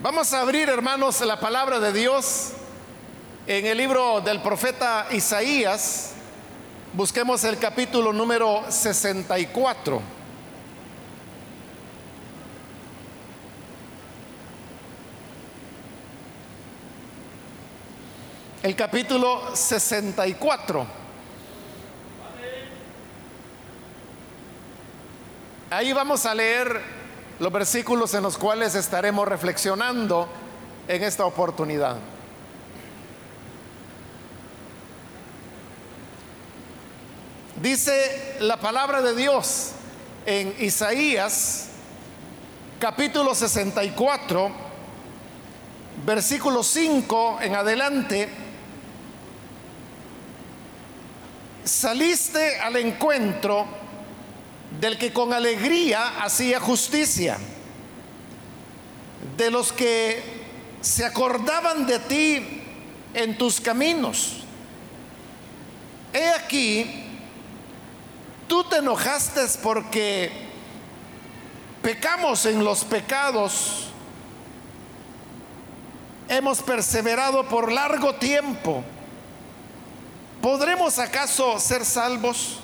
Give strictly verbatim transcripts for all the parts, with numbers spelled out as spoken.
Vamos a abrir, hermanos, la palabra de Dios en el libro del profeta Isaías. Busquemos el capítulo número sesenta y cuatro. El capítulo sesenta y cuatro. Ahí vamos a leer los versículos en los cuales estaremos reflexionando en esta oportunidad. Dice la palabra de Dios en Isaías capítulo sesenta y cuatro, versículo cinco en adelante: saliste al encuentro del que con alegría hacía justicia, de los que se acordaban de ti en tus caminos. He aquí, tú te enojaste porque pecamos en los pecados, hemos perseverado por largo tiempo. ¿Podremos acaso ser salvos?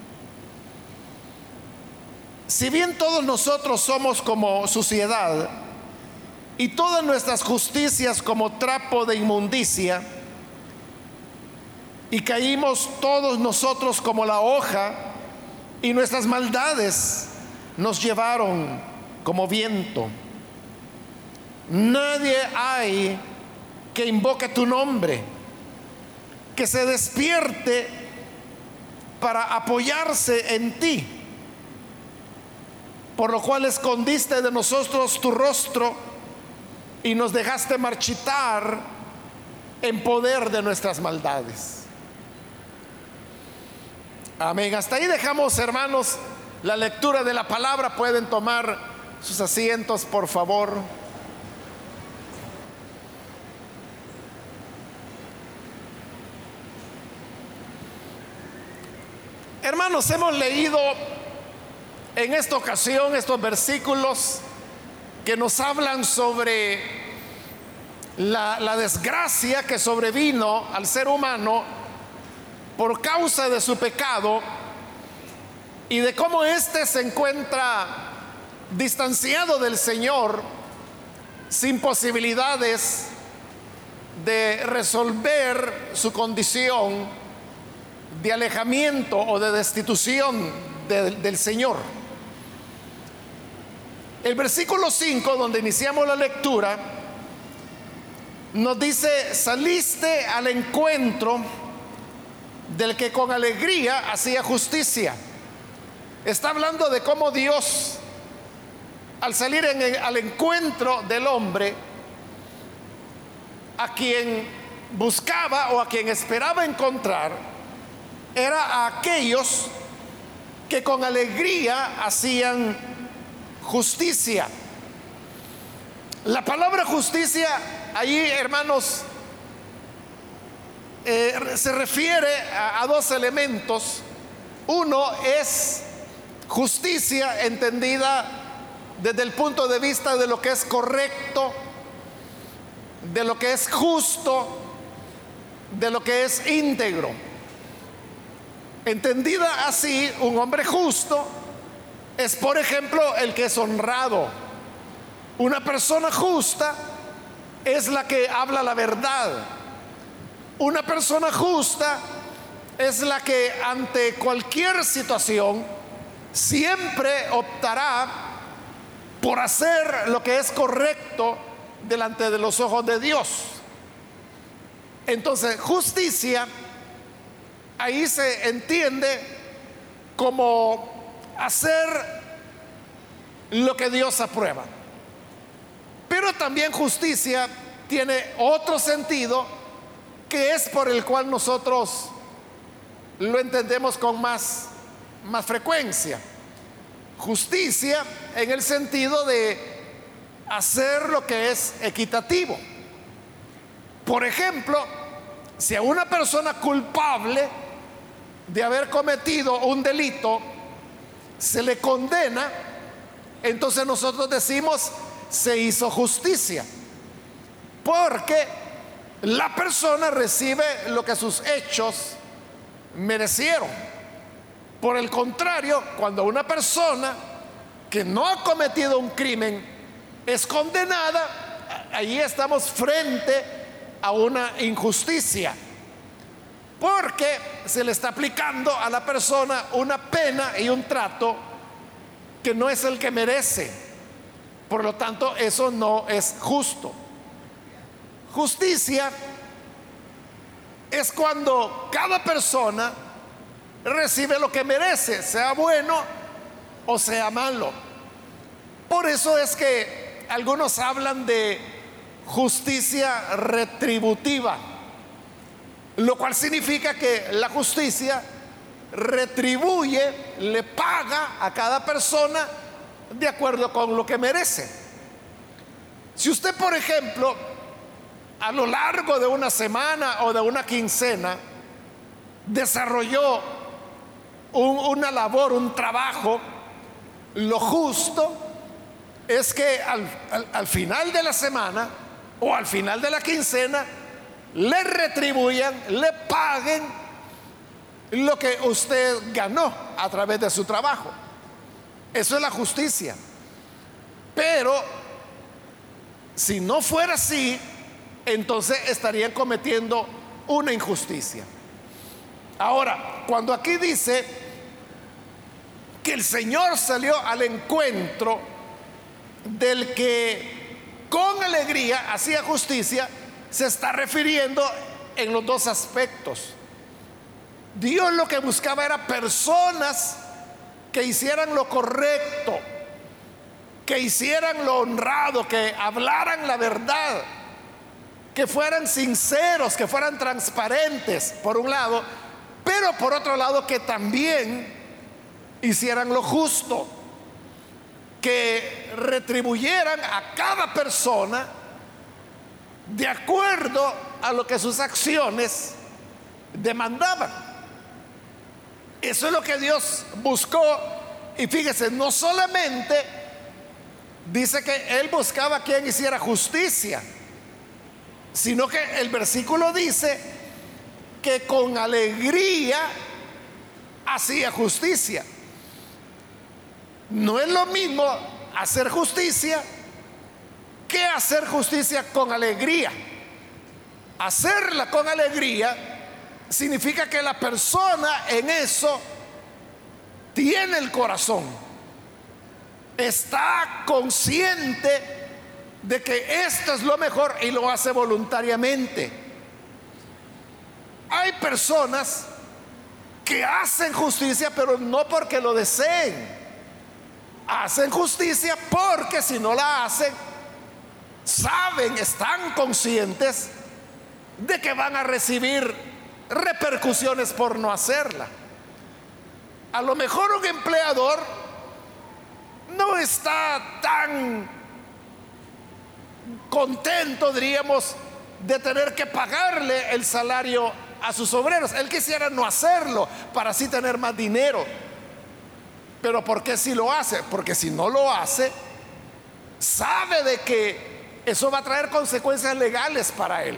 Si bien todos nosotros somos como suciedad y todas nuestras justicias como trapo de inmundicia, y caímos todos nosotros como la hoja, y nuestras maldades nos llevaron como viento, nadie hay que invoque tu nombre, que se despierte para apoyarse en ti. Por lo cual escondiste de nosotros tu rostro y nos dejaste marchitar en poder de nuestras maldades. Amén. Hasta ahí dejamos, hermanos, la lectura de la palabra. Pueden tomar sus asientos, por favor. Hermanos, hemos leído en esta ocasión estos versículos que nos hablan sobre la, la desgracia que sobrevino al ser humano por causa de su pecado, y de cómo éste se encuentra distanciado del Señor, sin posibilidades de resolver su condición de alejamiento o de destitución de, del Señor. El versículo cinco, donde iniciamos la lectura, nos dice: saliste al encuentro del que con alegría hacía justicia. Está hablando de cómo Dios, al salir en el, al encuentro del hombre, a quien buscaba o a quien esperaba encontrar, era a aquellos que con alegría hacían justicia. La palabra justicia ahí, hermanos, eh, se refiere a, a dos elementos. Uno es justicia entendida desde el punto de vista de lo que es correcto, de lo que es justo, de lo que es íntegro. Entendida así, un hombre justo es, por ejemplo, el que es honrado. Una persona justa es la que habla la verdad. Una persona justa es la que ante cualquier situación siempre optará por hacer lo que es correcto delante de los ojos de Dios. Entonces, justicia ahí se entiende como hacer lo que Dios aprueba. Pero también justicia tiene otro sentido, que es por el cual nosotros lo entendemos con más, más frecuencia. Justicia en el sentido de hacer lo que es equitativo. Por ejemplo, si a una persona culpable de haber cometido un delito se le condena, entonces nosotros decimos: se hizo justicia. porque la persona recibe lo que sus hechos merecieron. Por el contrario, cuando una persona que no ha cometido un crimen es condenada, ahí estamos frente a una injusticia, porque se le está aplicando a la persona una pena y un trato que no es el que merece. Por lo tanto, eso no es justo. Justicia es cuando cada persona recibe lo que merece, sea bueno o sea malo. Por eso es que algunos hablan de justicia retributiva, lo cual significa que la justicia retribuye, le paga a cada persona de acuerdo con lo que merece. Si usted, por ejemplo, a lo largo de una semana o de una quincena desarrolló un, una labor, un trabajo, lo justo es que al, al, al final de la semana o al final de la quincena le retribuyan, le paguen lo que usted ganó a través de su trabajo. Eso es la justicia. Pero si no fuera así, entonces estarían cometiendo una injusticia. Ahora, cuando aquí dice que el Señor salió al encuentro del que con alegría hacía justicia, se está refiriendo en los dos aspectos. Dios lo que buscaba era personas que hicieran lo correcto, que hicieran lo honrado, que hablaran la verdad, que fueran sinceros, que fueran transparentes, por un lado, pero por otro lado que también hicieran lo justo, que retribuyeran a cada persona de acuerdo a lo que sus acciones demandaban. Eso es lo que Dios buscó. Y fíjese, no solamente dice que Él buscaba a quien hiciera justicia, sino que el versículo dice que con alegría hacía justicia. No es lo mismo hacer justicia que hacer justicia con alegría. Hacerla con alegría significa que la persona en eso tiene el corazón, está consciente de que esto es lo mejor y lo hace voluntariamente. Hay personas que hacen justicia, pero no porque lo deseen. Hacen justicia porque si no la hacen, saben, están conscientes de que van a recibir repercusiones por no hacerla. A lo mejor un empleador no está tan contento, diríamos, de tener que pagarle el salario a sus obreros. Él quisiera no hacerlo para así tener más dinero. Pero ¿por qué si lo hace? Porque si no lo hace, sabe de que eso va a traer consecuencias legales para él.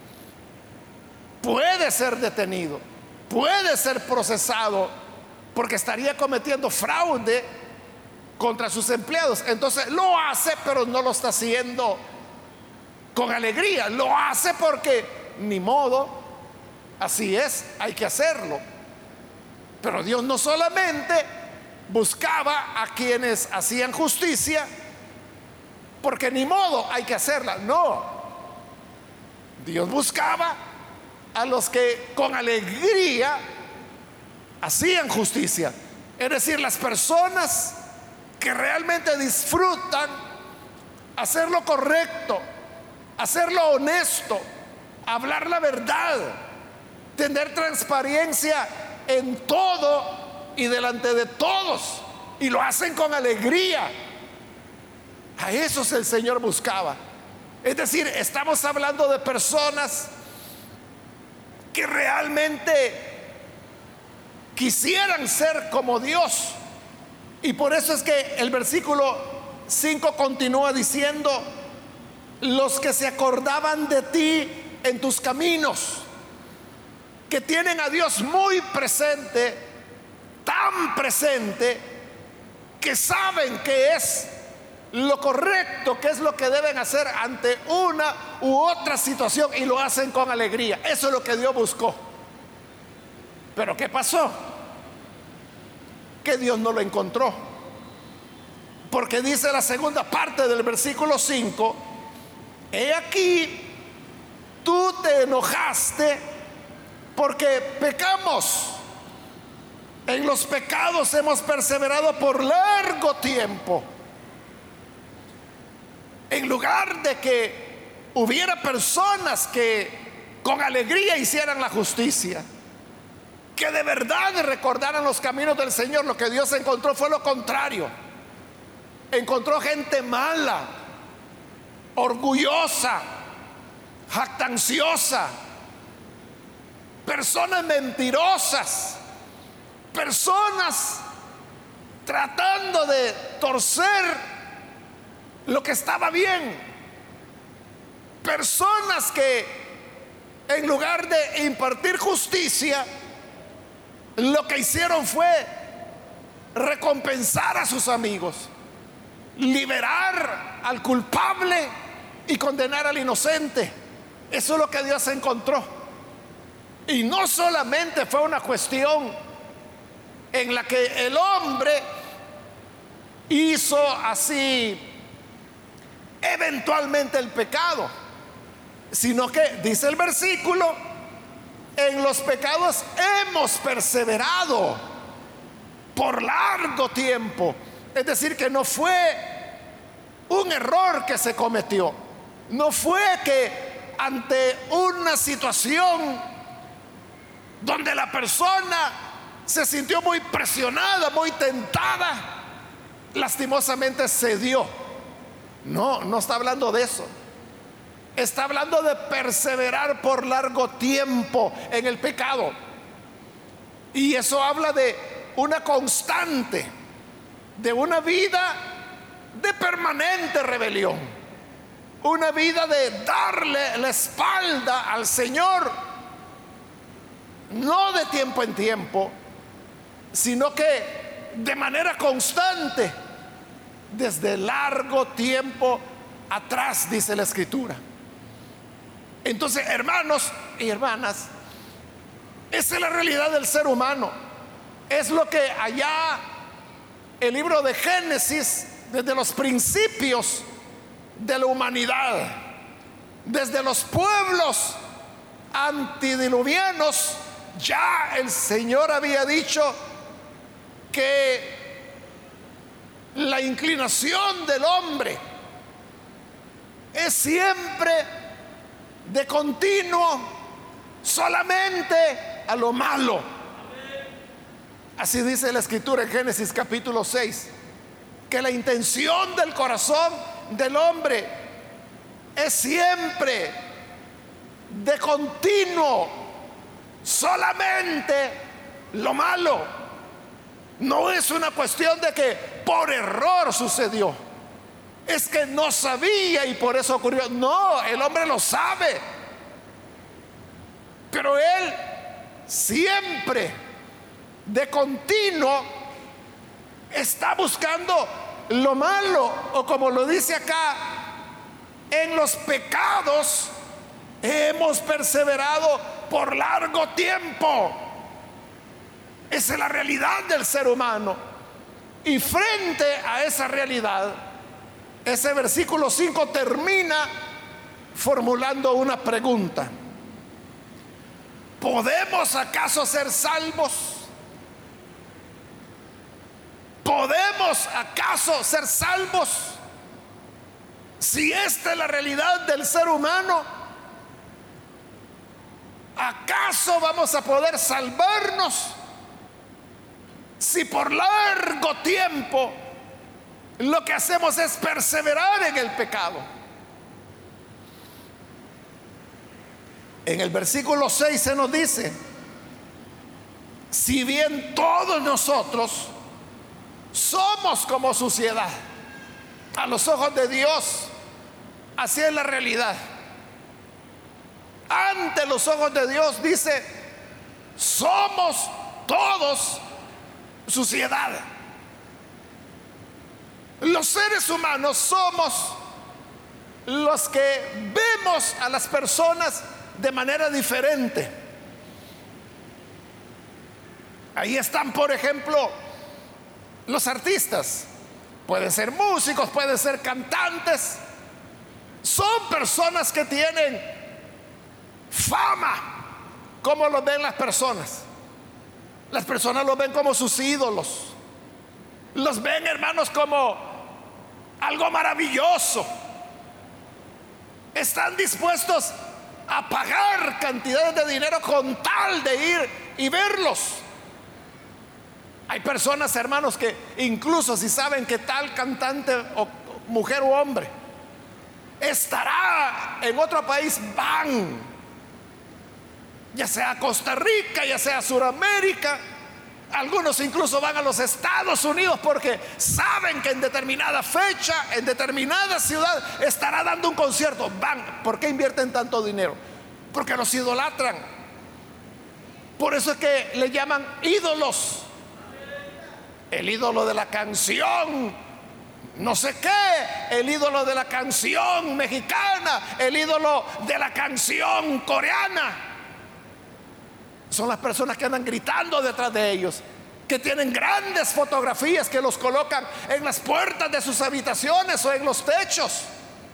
Puede ser detenido, puede ser procesado, porque estaría cometiendo fraude contra sus empleados. Entonces lo hace, pero no lo está haciendo con alegría. Lo hace porque ni modo, así es, hay que hacerlo. Pero Dios no solamente buscaba a quienes hacían justicia porque ni modo, hay que hacerla. No, Dios buscaba a los que con alegría hacían justicia. Es decir, las personas que realmente disfrutan hacer lo correcto, hacer lo honesto, hablar la verdad, tener transparencia en todo y delante de todos, y lo hacen con alegría. A esos el Señor buscaba. Es decir, estamos hablando de personas que realmente quisieran ser como Dios. Y por eso es que el versículo cinco continúa diciendo los que se acordaban de ti en tus caminos, que tienen a Dios muy presente, tan presente, que saben que es lo correcto, que es lo que deben hacer ante una u otra situación, y lo hacen con alegría. Eso es lo que Dios buscó. Pero ¿qué pasó? Que Dios no lo encontró, porque dice la segunda parte del versículo cinco: he aquí, tú te enojaste porque pecamos. En los pecados hemos perseverado por largo tiempo. En lugar de que hubiera personas que con alegría hicieran la justicia, que de verdad recordaran los caminos del Señor, lo que Dios encontró fue lo contrario. Encontró gente mala, orgullosa, jactanciosa, personas mentirosas, personas tratando de torcer lo que estaba bien, personas que en lugar de impartir justicia, lo que hicieron fue recompensar a sus amigos, liberar al culpable y condenar al inocente. Eso es lo que Dios encontró. Y no solamente fue una cuestión en la que el hombre hizo así eventualmente el pecado, sino que dice el versículo: en los pecados hemos perseverado por largo tiempo. Es decir, que no fue un error que se cometió, no fue que ante una situación donde la persona se sintió muy presionada, muy tentada, lastimosamente cedió. No, no está hablando de eso. Está hablando de perseverar por largo tiempo en el pecado. Y eso habla de una constante, de una vida de permanente rebelión, una vida de darle la espalda al Señor, no de tiempo en tiempo, sino que de manera constante, desde largo tiempo atrás, dice la Escritura. Entonces, hermanos y hermanas, esa es la realidad del ser humano. Es lo que allá el libro de Génesis, desde los principios de la humanidad, desde los pueblos antidiluvianos, ya el Señor había dicho que la inclinación del hombre es siempre de continuo solamente a lo malo. Así dice la Escritura en Génesis capítulo seis, que la intención del corazón del hombre es siempre de continuo solamente lo malo. No es una cuestión de que por error sucedió, es que no sabía y por eso ocurrió. No, el hombre lo sabe, pero él siempre de continuo está buscando lo malo, o como lo dice acá: en los pecados hemos perseverado por largo tiempo. Esa es la realidad del ser humano. Y frente a esa realidad, ese versículo cinco termina formulando una pregunta: ¿podemos acaso ser salvos? ¿Podemos acaso ser salvos? Si esta es la realidad del ser humano, ¿acaso vamos a poder salvarnos si por largo tiempo lo que hacemos es perseverar en el pecado? En el versículo seis se nos dice: si bien todos nosotros somos como suciedad a los ojos de Dios, Así es la realidad. Ante los ojos de Dios, dice, somos todos suciedad. Los seres humanos somos los que vemos a las personas de manera diferente. Ahí están, por ejemplo, los artistas. Pueden ser músicos, pueden ser cantantes. Son personas que tienen fama. ¿Cómo los ven las personas? Las personas los ven como sus ídolos. Los ven, hermanos, como algo maravilloso. Están dispuestos a pagar cantidades de dinero con tal de ir y verlos. Hay personas, hermanos, que incluso si saben que tal cantante o mujer o hombre estará en otro país, van, ya sea a Costa Rica, ya sea a Sudamérica. Algunos incluso van a los Estados Unidos porque saben que en determinada fecha, en determinada ciudad, estará dando un concierto. Van. ¿Por qué invierten tanto dinero? Porque los idolatran. Por eso es que le llaman ídolos. El ídolo de la canción, no sé qué, el ídolo de la canción mexicana, el ídolo de la canción coreana. Son las personas que andan gritando detrás de ellos, que tienen grandes fotografías que los colocan en las puertas de sus habitaciones o en los techos.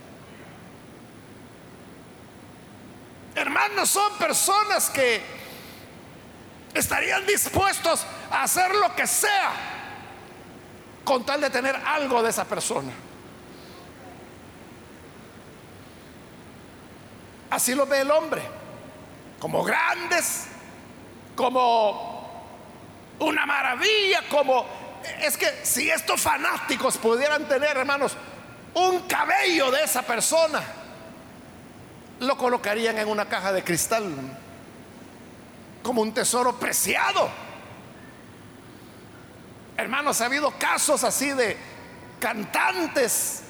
Hermanos, son personas que estarían dispuestos a hacer lo que sea con tal de tener algo de esa persona. Así lo ve el hombre, como grandes, como una maravilla, como... Es que si estos fanáticos pudieran tener, hermanos, un cabello de esa persona, lo colocarían en una caja de cristal como un tesoro preciado. Hermanos, ha habido casos así de cantantes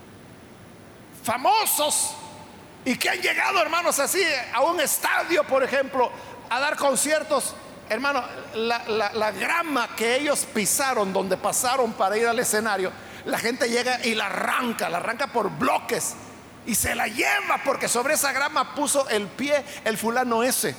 famosos y que han llegado, hermanos, así a un estadio, por ejemplo, a dar conciertos. Hermano, la, la, la grama que ellos pisaron, donde pasaron para ir al escenario, la gente llega y la arranca, la arranca por bloques y se la lleva porque sobre esa grama puso el pie el fulano ese.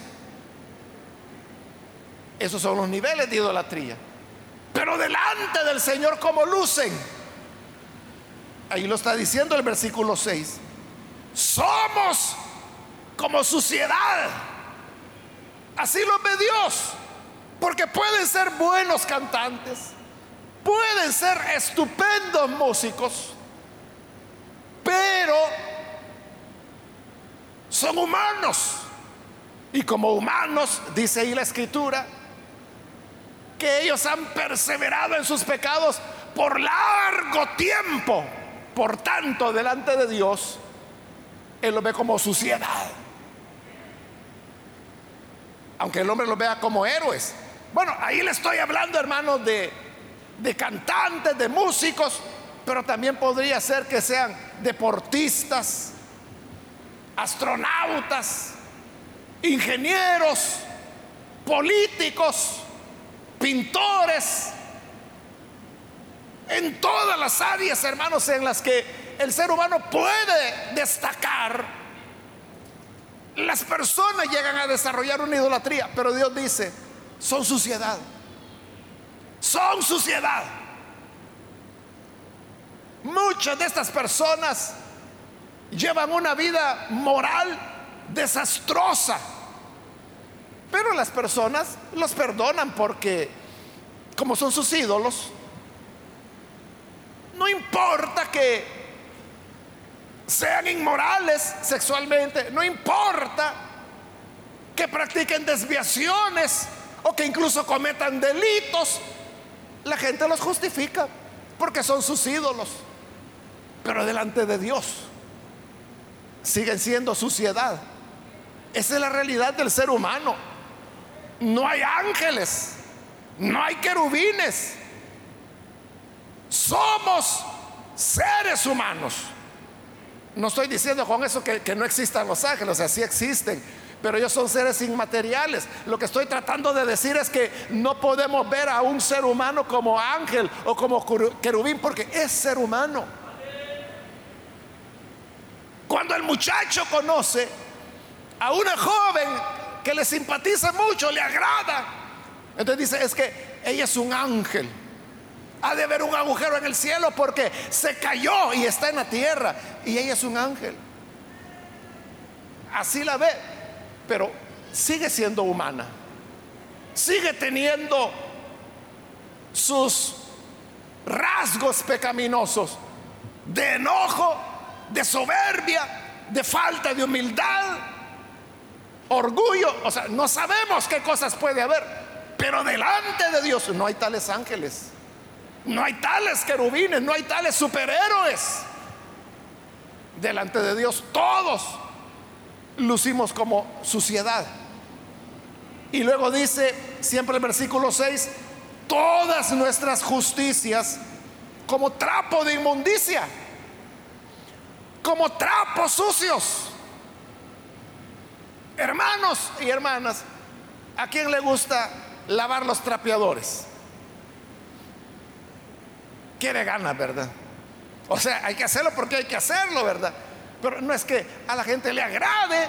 Esos son los niveles de idolatría. Pero delante del Señor, ¿cómo lucen? Ahí lo está diciendo el versículo seis. Somos como suciedad. Así lo ve Dios. Porque pueden ser buenos cantantes, pueden ser estupendos músicos, pero son humanos. Y como humanos, dice ahí la Escritura, que ellos han perseverado en sus pecados por largo tiempo. Por tanto, delante de Dios, Él los ve como suciedad, aunque el hombre los vea como héroes. Bueno, ahí le estoy hablando, hermanos, de, de cantantes, de músicos, pero también podría ser que sean deportistas, astronautas, ingenieros, políticos, pintores, en todas las áreas, hermanos, en las que el ser humano puede destacar. Las personas llegan a desarrollar una idolatría, pero Dios dice, son suciedad, son suciedad. Muchas de estas personas llevan una vida moral desastrosa, pero las personas los perdonan porque, como son sus ídolos, no importa que sean inmorales sexualmente, no importa que practiquen desviaciones o que incluso cometan delitos, la gente los justifica porque son sus ídolos. Pero delante de Dios siguen siendo suciedad. Esa es la realidad del ser humano. No hay ángeles, no hay querubines. Somos seres humanos No estoy diciendo con eso que, que no existan los ángeles, o sea, sí existen, pero ellos son seres inmateriales. Lo que estoy tratando de decir es que no podemos ver a un ser humano como ángel o como querubín, porque es ser humano. Cuando el muchacho conoce a una joven que le simpatiza mucho, le agrada, entonces dice, es que ella es un ángel. Ha de haber un agujero en el cielo porque se cayó y está en la tierra, y ella es un ángel. Así la ve, pero sigue siendo humana, sigue teniendo sus rasgos pecaminosos de enojo, de soberbia, de falta de humildad, orgullo. O sea, no sabemos qué cosas puede haber, pero delante de Dios no hay tales ángeles, no hay tales querubines, no hay tales superhéroes. Delante de Dios todos lucimos como suciedad. Y luego dice siempre el versículo seis, todas nuestras justicias como trapo de inmundicia, como trapos sucios. Hermanos y hermanas, ¿a quién le gusta lavar los trapeadores? Quiere ganas, ¿verdad? O sea, hay que hacerlo porque hay que hacerlo, ¿verdad? Pero no es que a la gente le agrade.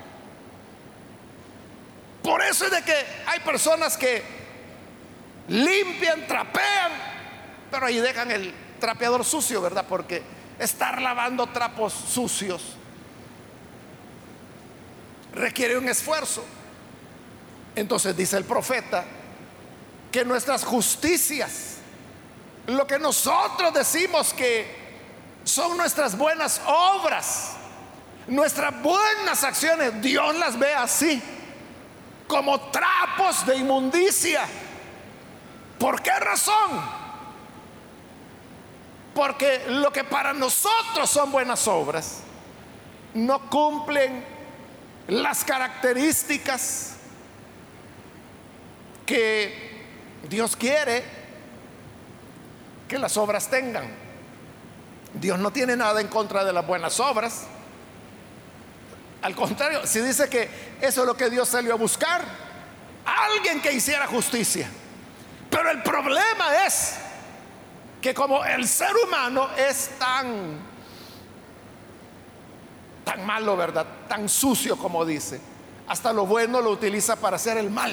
Por eso es de que hay personas que limpian, trapean, pero ahí dejan el trapeador sucio, ¿verdad? Porque estar lavando trapos sucios requiere un esfuerzo. Entonces dice el profeta que nuestras justicias, lo que nosotros decimos que son nuestras buenas obras, nuestras buenas acciones, Dios las ve así, como trapos de inmundicia. ¿Por qué razón? Porque lo que para nosotros son buenas obras no cumplen las características que Dios quiere que las obras tengan. Dios no tiene nada en contra de las buenas obras. Al contrario, si dice que eso es lo que Dios salió a buscar, alguien que hiciera justicia. Pero el problema es que como el ser humano es tan tan malo, ¿verdad? Tan sucio, como dice, hasta lo bueno lo utiliza para hacer el mal.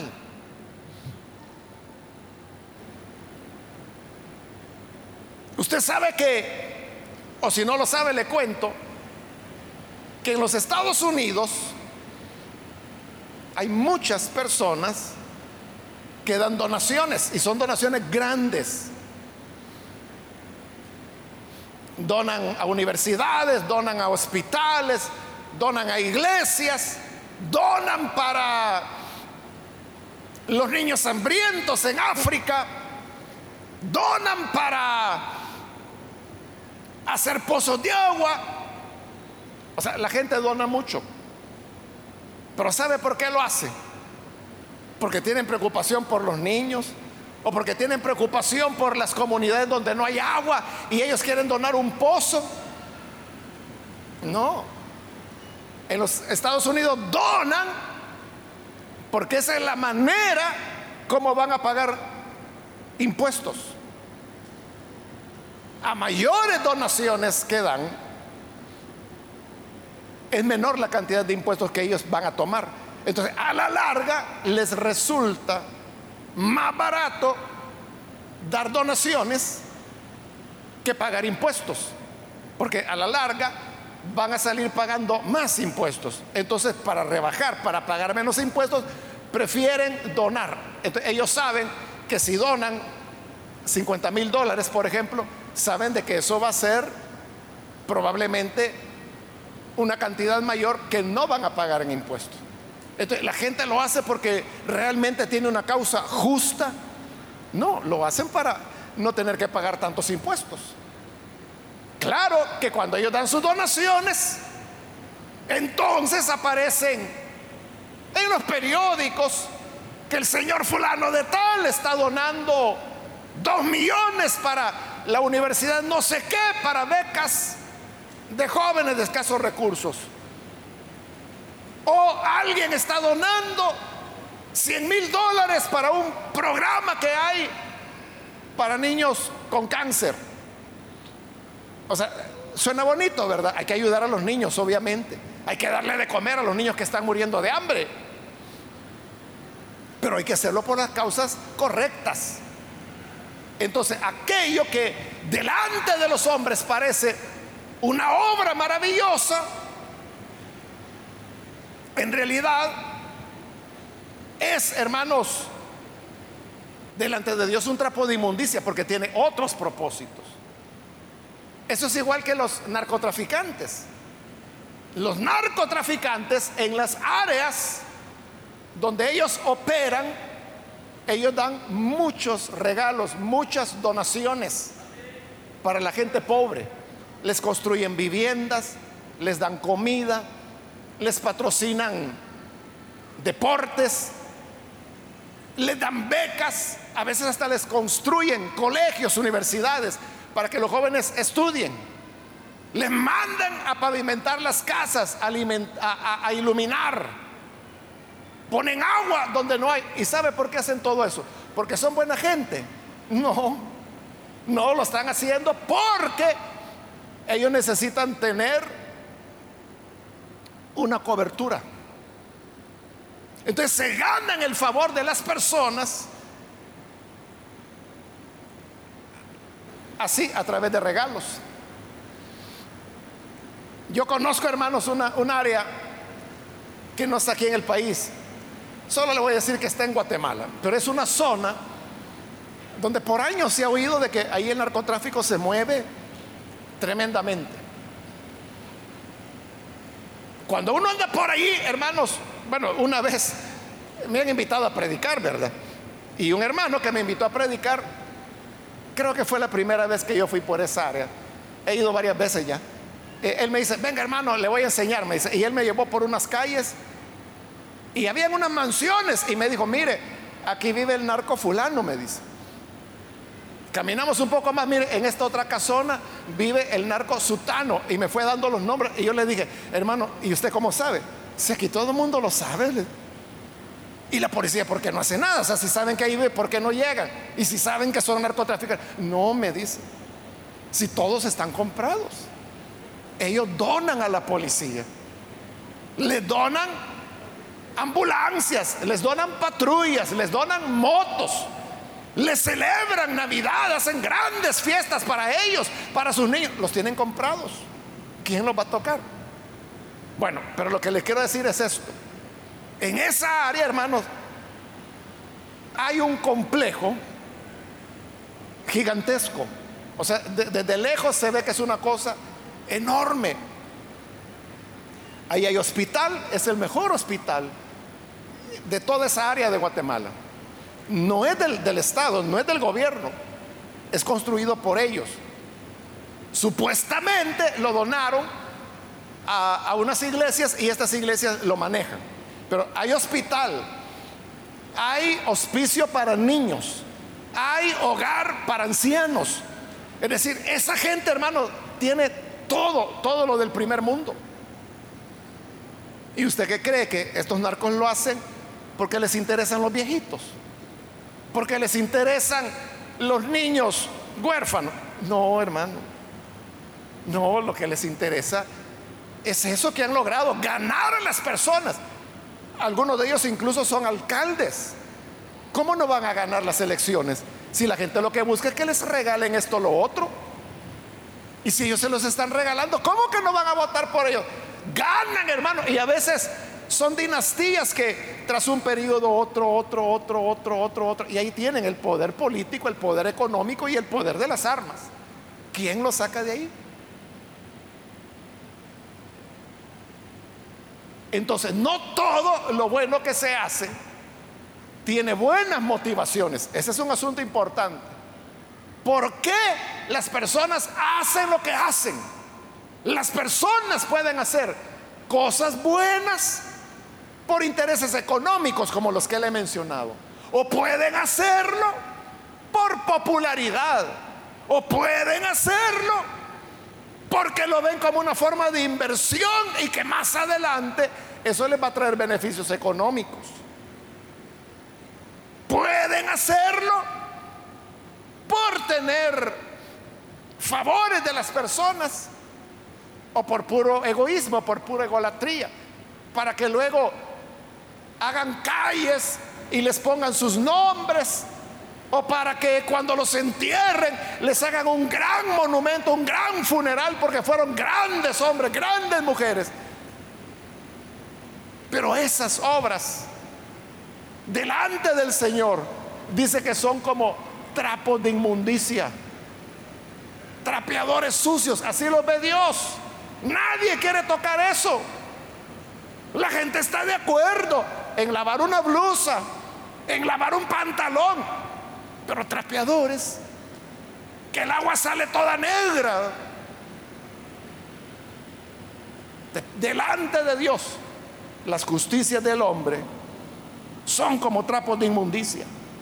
Usted sabe que, o si no lo sabe, le cuento que en los Estados Unidos hay muchas personas que dan donaciones, y son donaciones grandes. Donan a universidades, donan a hospitales, donan a iglesias, donan para los niños hambrientos en África, donan para hacer pozos de agua. O sea, la gente dona mucho. Pero ¿sabe por qué lo hace? Porque tienen preocupación por los niños, o porque tienen preocupación por las comunidades donde no hay agua y ellos quieren donar un pozo. No. En los Estados Unidos donan porque esa es la manera como van a pagar impuestos. A mayores donaciones que dan, es menor la cantidad de impuestos que ellos van a tomar. Entonces, a la larga les resulta más barato dar donaciones que pagar impuestos, porque a la larga van a salir pagando más impuestos. Entonces, para rebajar, para pagar menos impuestos, prefieren donar. Entonces, ellos saben que si donan cincuenta mil dólares, por ejemplo, saben de que eso va a ser probablemente una cantidad mayor que no van a pagar en impuestos. Entonces, ¿la gente lo hace porque realmente tiene una causa justa? No, lo hacen para no tener que pagar tantos impuestos. Claro que cuando ellos dan sus donaciones, entonces aparecen en los periódicos que el señor fulano de tal está donando dos millones para la universidad no sé qué, para becas. de jóvenes de escasos recursos. O alguien está donando cien mil dólares para un programa que hay para niños con cáncer. O sea, suena bonito, ¿verdad? Hay que ayudar a los niños, obviamente. Hay que darle de comer a los niños que están muriendo de hambre. Pero hay que hacerlo por las causas correctas. Entonces, aquello que delante de los hombres parece una obra maravillosa, en realidad es, hermanos, delante de Dios un trapo de inmundicia, porque tiene otros propósitos. Eso es igual que los narcotraficantes. Los narcotraficantes, en las áreas donde ellos operan, ellos dan muchos regalos, muchas donaciones para la gente pobre. Les construyen viviendas, les dan comida, les patrocinan deportes, les dan becas, a veces hasta les construyen colegios, universidades para que los jóvenes estudien. Les mandan a pavimentar las casas, a, a, a iluminar, ponen agua donde no hay. ¿Y sabe por qué hacen todo eso? ¿Porque son buena gente? No, no lo están haciendo porque ellos necesitan tener una cobertura. Entonces se ganan el favor de las personas así, a través de regalos. Yo conozco, hermanos, una, un área que no está aquí en el país. Solo le voy a decir que está en Guatemala, pero es una zona donde por años se ha oído de que ahí el narcotráfico se mueve tremendamente. Cuando uno anda por ahí, hermanos, bueno, una vez me han invitado a predicar, ¿verdad? Y un hermano que me invitó a predicar, creo que fue la primera vez que yo fui por esa área. He ido varias veces ya. Eh, él me dice, venga hermano, le voy a enseñar, me dice. Y él me llevó por unas calles y habían unas mansiones y me dijo, mire, aquí vive el narco fulano, me dice. Caminamos un poco más, mire, en esta otra casona vive el narco sutano, y me fue dando los nombres. Y yo le dije, hermano, ¿y usted cómo sabe? Si aquí todo el mundo lo sabe. Y la policía, ¿por qué no hace nada? O sea, si saben que ahí vive, ¿por qué no llegan? Y si saben que son narcotraficantes. No, me dice, si todos están comprados. Ellos donan a la policía, les donan ambulancias, les donan patrullas, les donan motos, les celebran Navidad, hacen grandes fiestas para ellos, para sus niños. Los tienen comprados. ¿Quién los va a tocar? Bueno, pero lo que les quiero decir es esto. En esa área, hermanos, hay un complejo gigantesco. O sea, de, desde lejos se ve que es una cosa enorme. Ahí hay hospital, es el mejor hospital de toda esa área de Guatemala. No es del, del Estado, no es del gobierno, es construido por ellos. Supuestamente lo donaron a, a unas iglesias y estas iglesias lo manejan. Pero hay hospital, hay hospicio para niños, hay hogar para ancianos. Es decir, esa gente, hermano, tiene todo, todo lo del primer mundo. ¿Y usted qué cree? Que estos narcos lo hacen porque les interesan los viejitos, porque les interesan los niños huérfanos. No, hermano, no, lo que les interesa es eso que han logrado, ganar a las personas. Algunos de ellos incluso son alcaldes. ¿Cómo no van a ganar las elecciones si la gente lo que busca es que les regalen esto o lo otro? Y si ellos se los están regalando, ¿cómo que no van a votar por ellos? Ganan, hermano. Y a veces son dinastías que tras un periodo otro, otro, otro, otro, otro, otro, y ahí tienen el poder político, el poder económico y el poder de las armas. ¿Quién lo saca de ahí? Entonces, no todo lo bueno que se hace tiene buenas motivaciones. Ese es un asunto importante. ¿Por qué las personas hacen lo que hacen? Las personas pueden hacer cosas buenas por intereses económicos, como los que le he mencionado, o pueden hacerlo por popularidad, o pueden hacerlo porque lo ven como una forma de inversión y que más adelante eso les va a traer beneficios económicos. Pueden hacerlo por tener favores de las personas o por puro egoísmo, por pura egolatría, para que luego hagan calles y les pongan sus nombres, o para que cuando los entierren les hagan un gran monumento, un gran funeral, porque fueron grandes hombres, grandes mujeres. Pero esas obras delante del Señor dice que son como trapos de inmundicia, trapeadores sucios. Así los ve Dios. Nadie quiere tocar eso. La gente está de acuerdo en lavar una blusa, en lavar un pantalón, pero trapeadores, que el agua sale toda negra. De- delante de Dios, las justicias del hombre son como trapos de inmundicia.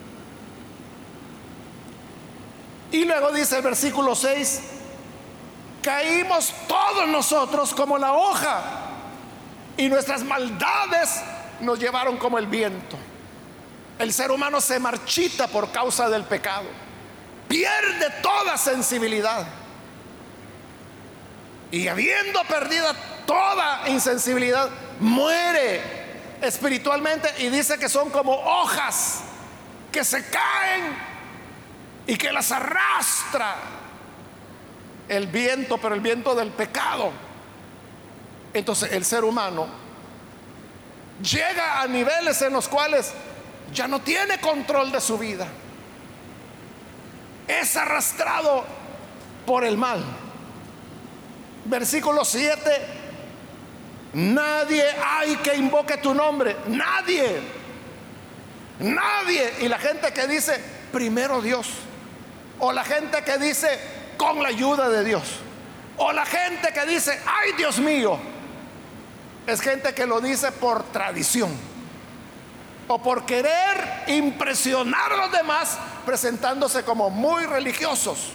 Y luego dice el versículo seis: caímos todos nosotros como la hoja, y nuestras maldades nos llevaron como el viento. El ser humano se marchita por causa del pecado, pierde toda sensibilidad, y habiendo perdido toda insensibilidad, muere espiritualmente. Y dice que son como hojas que se caen y que las arrastra el viento, pero el viento del pecado. Entonces el ser humano llega a niveles en los cuales ya no tiene control de su vida, es arrastrado por el mal. Versículo siete: nadie hay que invoque tu nombre. Nadie, nadie. Y la gente que dice primero Dios, o la gente que dice con la ayuda de Dios, o la gente que dice ay Dios mío, es gente que lo dice por tradición o por querer impresionar a los demás, presentándose como muy religiosos.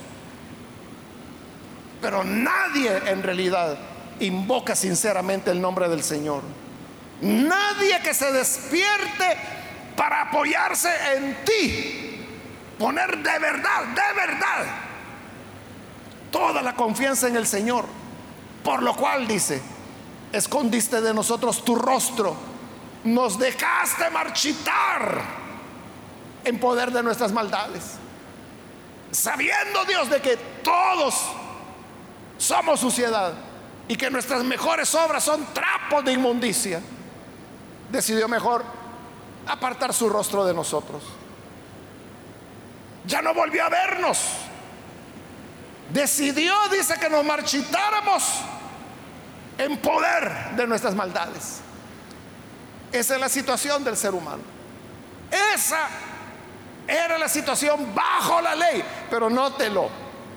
Pero nadie en realidad invoca sinceramente el nombre del Señor. Nadie que se despierte para apoyarse en ti, poner de verdad, de verdad toda la confianza en el Señor. Por lo cual dice: escondiste de nosotros tu rostro, nos dejaste marchitar en poder de nuestras maldades. Sabiendo Dios de que todos somos suciedad y que nuestras mejores obras son trapos de inmundicia, decidió mejor apartar su rostro de nosotros. Ya no volvió a vernos. Decidió, dice, que nos marchitáramos en poder de nuestras maldades. Esa es la situación del ser humano. Esa era la situación bajo la ley. Pero nótelo,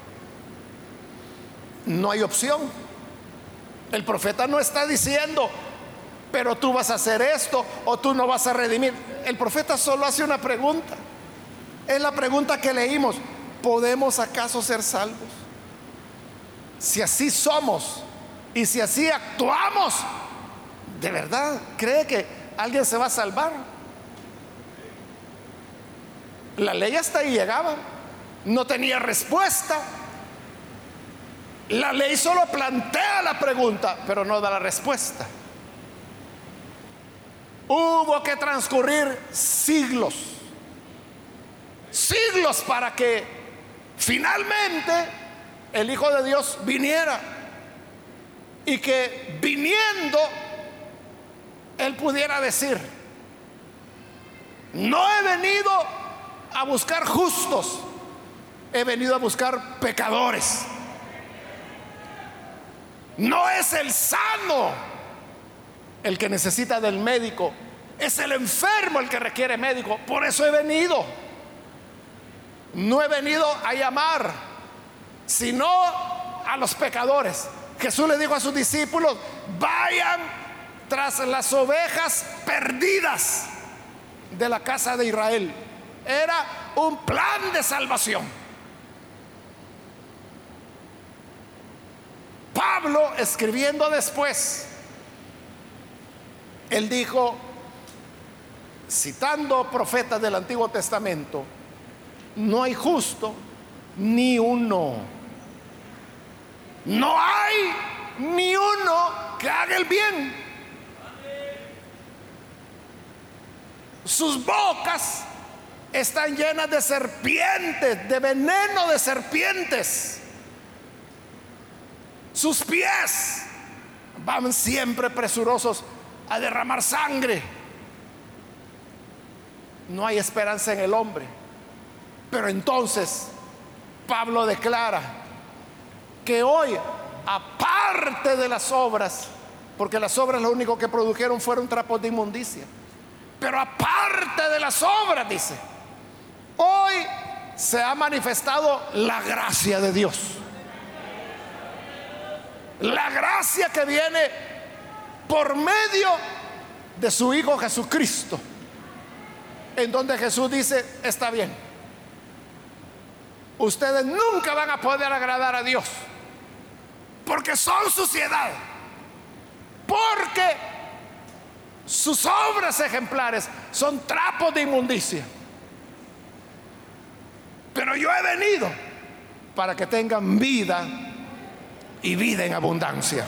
no hay opción. El profeta no está diciendo pero tú vas a hacer esto o tú no vas a redimir. El profeta solo hace una pregunta. Es la pregunta que leímos: ¿podemos acaso ser salvos? Si así somos y si así actuamos, ¿de verdad cree que alguien se va a salvar? La ley hasta ahí llegaba, no tenía respuesta. La ley solo plantea la pregunta, pero no da la respuesta. Hubo que transcurrir siglos, siglos para que finalmente el Hijo de Dios viniera, y que viniendo Él pudiera decir: no he venido a buscar justos, he venido a buscar pecadores. No es el sano el que necesita del médico, es el enfermo el que requiere médico. Por eso he venido. No he venido a llamar sino a los pecadores. Jesús le dijo a sus discípulos: vayan tras las ovejas perdidas de la casa de Israel. Era un plan de salvación. Pablo, escribiendo después, él dijo, citando profetas del Antiguo Testamento: no hay justo ni uno. No hay ni uno que haga el bien. Sus bocas están llenas de serpientes, de veneno de serpientes. Sus pies van siempre presurosos a derramar sangre. No hay esperanza en el hombre. Pero entonces Pablo declara que hoy, aparte de las obras, porque las obras lo único que produjeron fueron trapos de inmundicia, pero aparte de las obras, dice, hoy se ha manifestado la gracia de Dios. La gracia que viene por medio de su Hijo Jesucristo, en donde Jesús dice: está bien, ustedes nunca van a poder agradar a Dios porque son suciedad, porque sus obras ejemplares son trapos de inmundicia. Pero yo he venido para que tengan vida y vida en abundancia.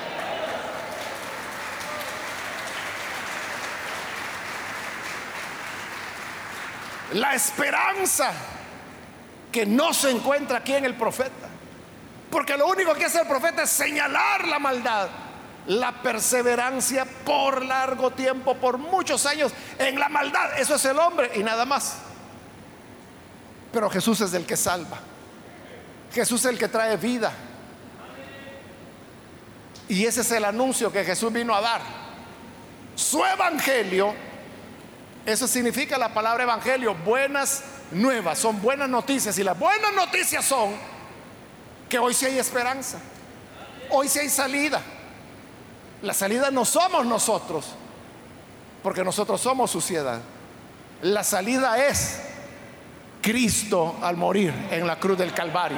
La esperanza que no se encuentra aquí en el profeta, porque lo único que hace el profeta es señalar la maldad. La perseverancia por largo tiempo, por muchos años en la maldad, eso es el hombre y nada más. Pero Jesús es el que salva. Jesús es el que trae vida. Y ese es el anuncio que Jesús vino a dar. Su evangelio, eso significa la palabra evangelio, buenas nuevas, son buenas noticias. Y las buenas noticias son que hoy sí hay esperanza, hoy sí hay salida. La salida no somos nosotros, porque nosotros somos suciedad. La salida es Cristo al morir en la cruz del Calvario.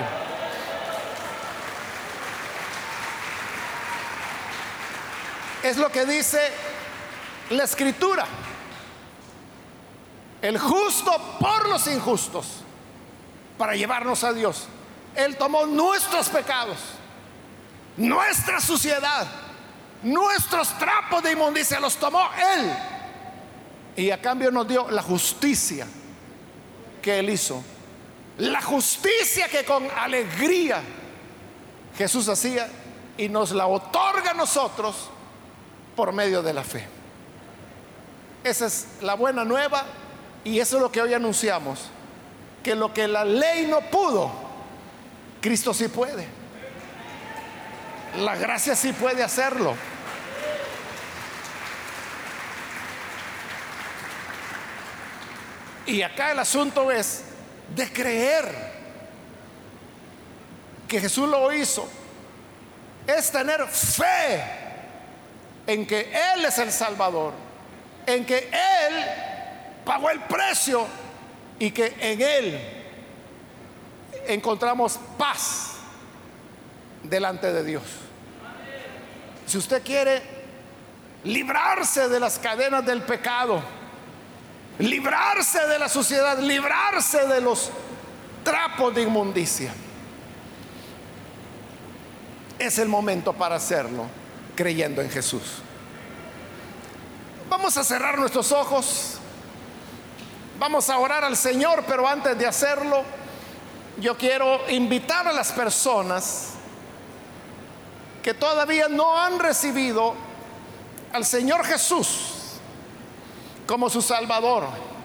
Es lo que dice la Escritura: el justo por los injustos, para llevarnos a Dios. Él tomó nuestros pecados, nuestra suciedad, nuestros trapos de inmundicia, los tomó Él, y a cambio nos dio la justicia que Él hizo, la justicia que con alegría Jesús hacía, y nos la otorga a nosotros por medio de la fe. Esa es la buena nueva, y eso es lo que hoy anunciamos: que lo que la ley no pudo, Cristo sí puede. La gracia sí puede hacerlo. Y acá el asunto es de creer que Jesús lo hizo. Es tener fe en que Él es el Salvador, en que Él pagó el precio y que en Él encontramos paz delante de Dios. Si usted quiere librarse de las cadenas del pecado, librarse de la suciedad, librarse de los trapos de inmundicia, es el momento para hacerlo creyendo en Jesús. Vamos a cerrar nuestros ojos, vamos a orar al Señor, pero antes de hacerlo, yo quiero invitar a las personas que todavía no han recibido al Señor Jesús como su Salvador.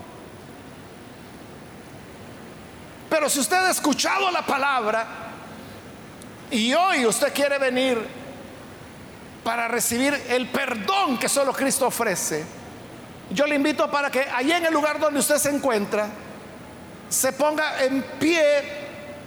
Pero si usted ha escuchado la palabra y hoy usted quiere venir para recibir el perdón que solo Cristo ofrece, yo le invito para que allí en el lugar donde usted se encuentra se ponga en pie,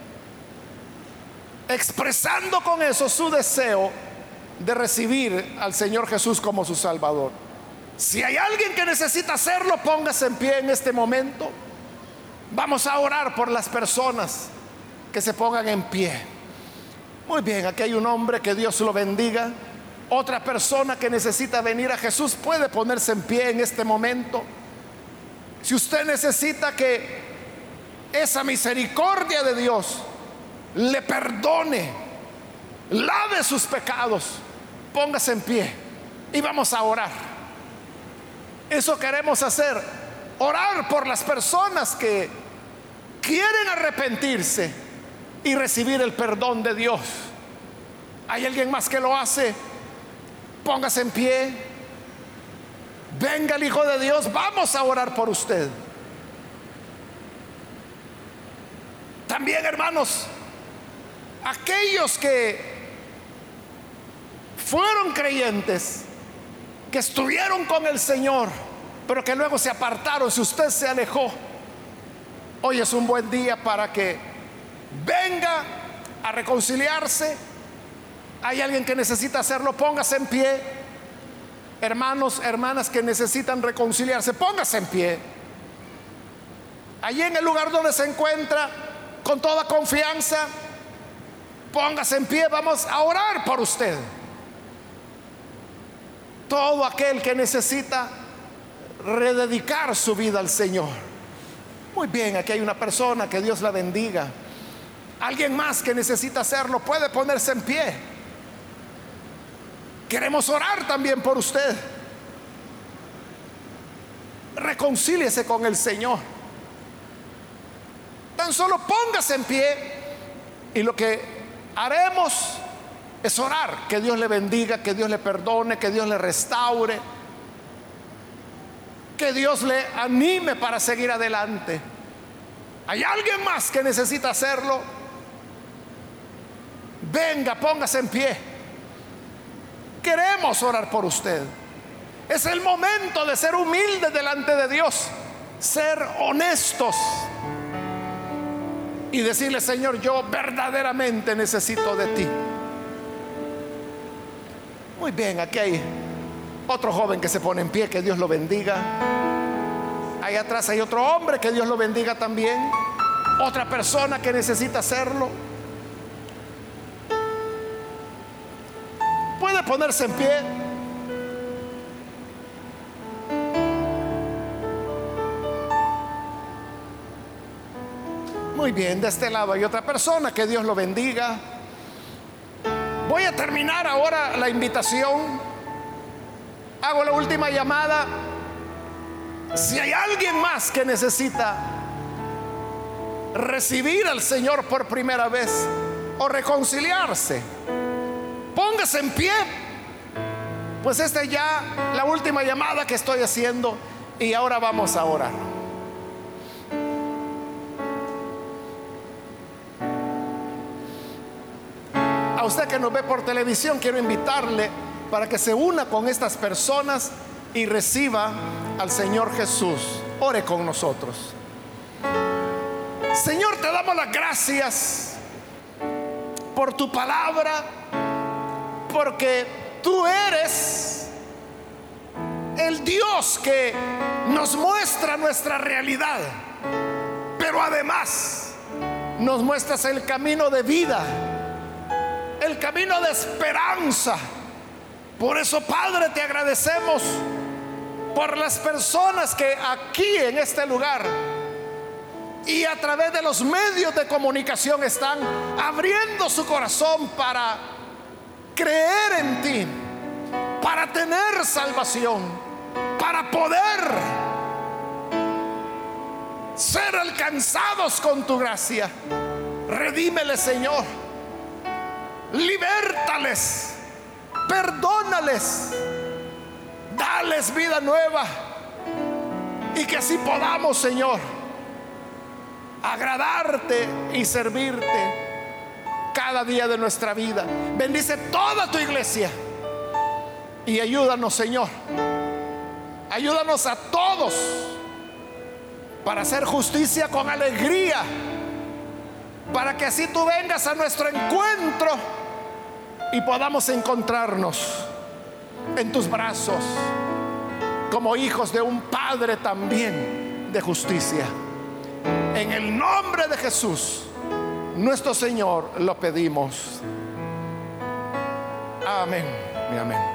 expresando con eso su deseo de recibir al Señor Jesús como su Salvador. Si hay alguien que necesita hacerlo, póngase en pie en este momento. Vamos a orar por las personas que se pongan en pie. Muy bien, aquí hay un hombre, que Dios lo bendiga. Otra persona que necesita venir a Jesús puede ponerse en pie en este momento. Si usted necesita que esa misericordia de Dios le perdone, lave sus pecados, póngase en pie y vamos a orar. Eso queremos hacer, orar por las personas que quieren arrepentirse y recibir el perdón de Dios. ¿Hay alguien más que lo hace? Póngase en pie. Venga el Hijo de Dios, vamos a orar por usted. También, hermanos, aquellos que fueron creyentes, que estuvieron con el Señor, pero que luego se apartaron, si usted se alejó, hoy es un buen día para que venga a reconciliarse. Hay alguien que necesita hacerlo, póngase en pie. Hermanos, hermanas que necesitan reconciliarse, póngase en pie. Allí en el lugar donde se encuentra, con toda confianza, póngase en pie, vamos a orar por usted. Todo aquel que necesita rededicar su vida al Señor. Muy bien, aquí hay una persona, que Dios la bendiga. Alguien más que necesita hacerlo puede ponerse en pie. Queremos orar también por usted. Reconcíliese con el Señor. Tan solo póngase en pie y lo que haremos es orar, que Dios le bendiga, que Dios le perdone, que Dios le restaure, que Dios le anime para seguir adelante. ¿Hay alguien más que necesita hacerlo? Venga, póngase en pie. Queremos orar por usted. Es el momento de ser humildes delante de Dios, ser honestos y decirle: Señor, yo verdaderamente necesito de ti. Muy bien, aquí hay otro joven que se pone en pie, que Dios lo bendiga. Ahí atrás hay otro hombre, que Dios lo bendiga también. Otra persona que necesita hacerlo. Puede ponerse en pie. Muy bien, de este lado hay otra persona, que Dios lo bendiga. Voy a terminar ahora la invitación. Hago la última llamada. Si hay alguien más que necesita recibir al Señor por primera vez o reconciliarse, póngase en pie. Pues esta es ya la última llamada que estoy haciendo y ahora vamos a orar. A usted que nos ve por televisión, quiero invitarle para que se una con estas personas y reciba al Señor Jesús. Ore con nosotros. Señor, te damos las gracias por tu palabra, porque tú eres el Dios que nos muestra nuestra realidad, pero además nos muestras el camino de vida, el camino de esperanza. Por eso, Padre, te agradecemos por las personas que aquí en este lugar y a través de los medios de comunicación están abriendo su corazón para creer en ti, para tener salvación, para poder ser alcanzados con tu gracia. Redímeles, Señor. Libértales, perdónales, dales vida nueva, y que así podamos, Señor, agradarte y servirte cada día de nuestra vida. Bendice toda tu iglesia y ayúdanos, Señor. Ayúdanos a todos para hacer justicia con alegría, para que así tú vengas a nuestro encuentro y podamos encontrarnos en tus brazos como hijos de un Padre también de justicia. En el nombre de Jesús, nuestro Señor, lo pedimos. Amén y amén.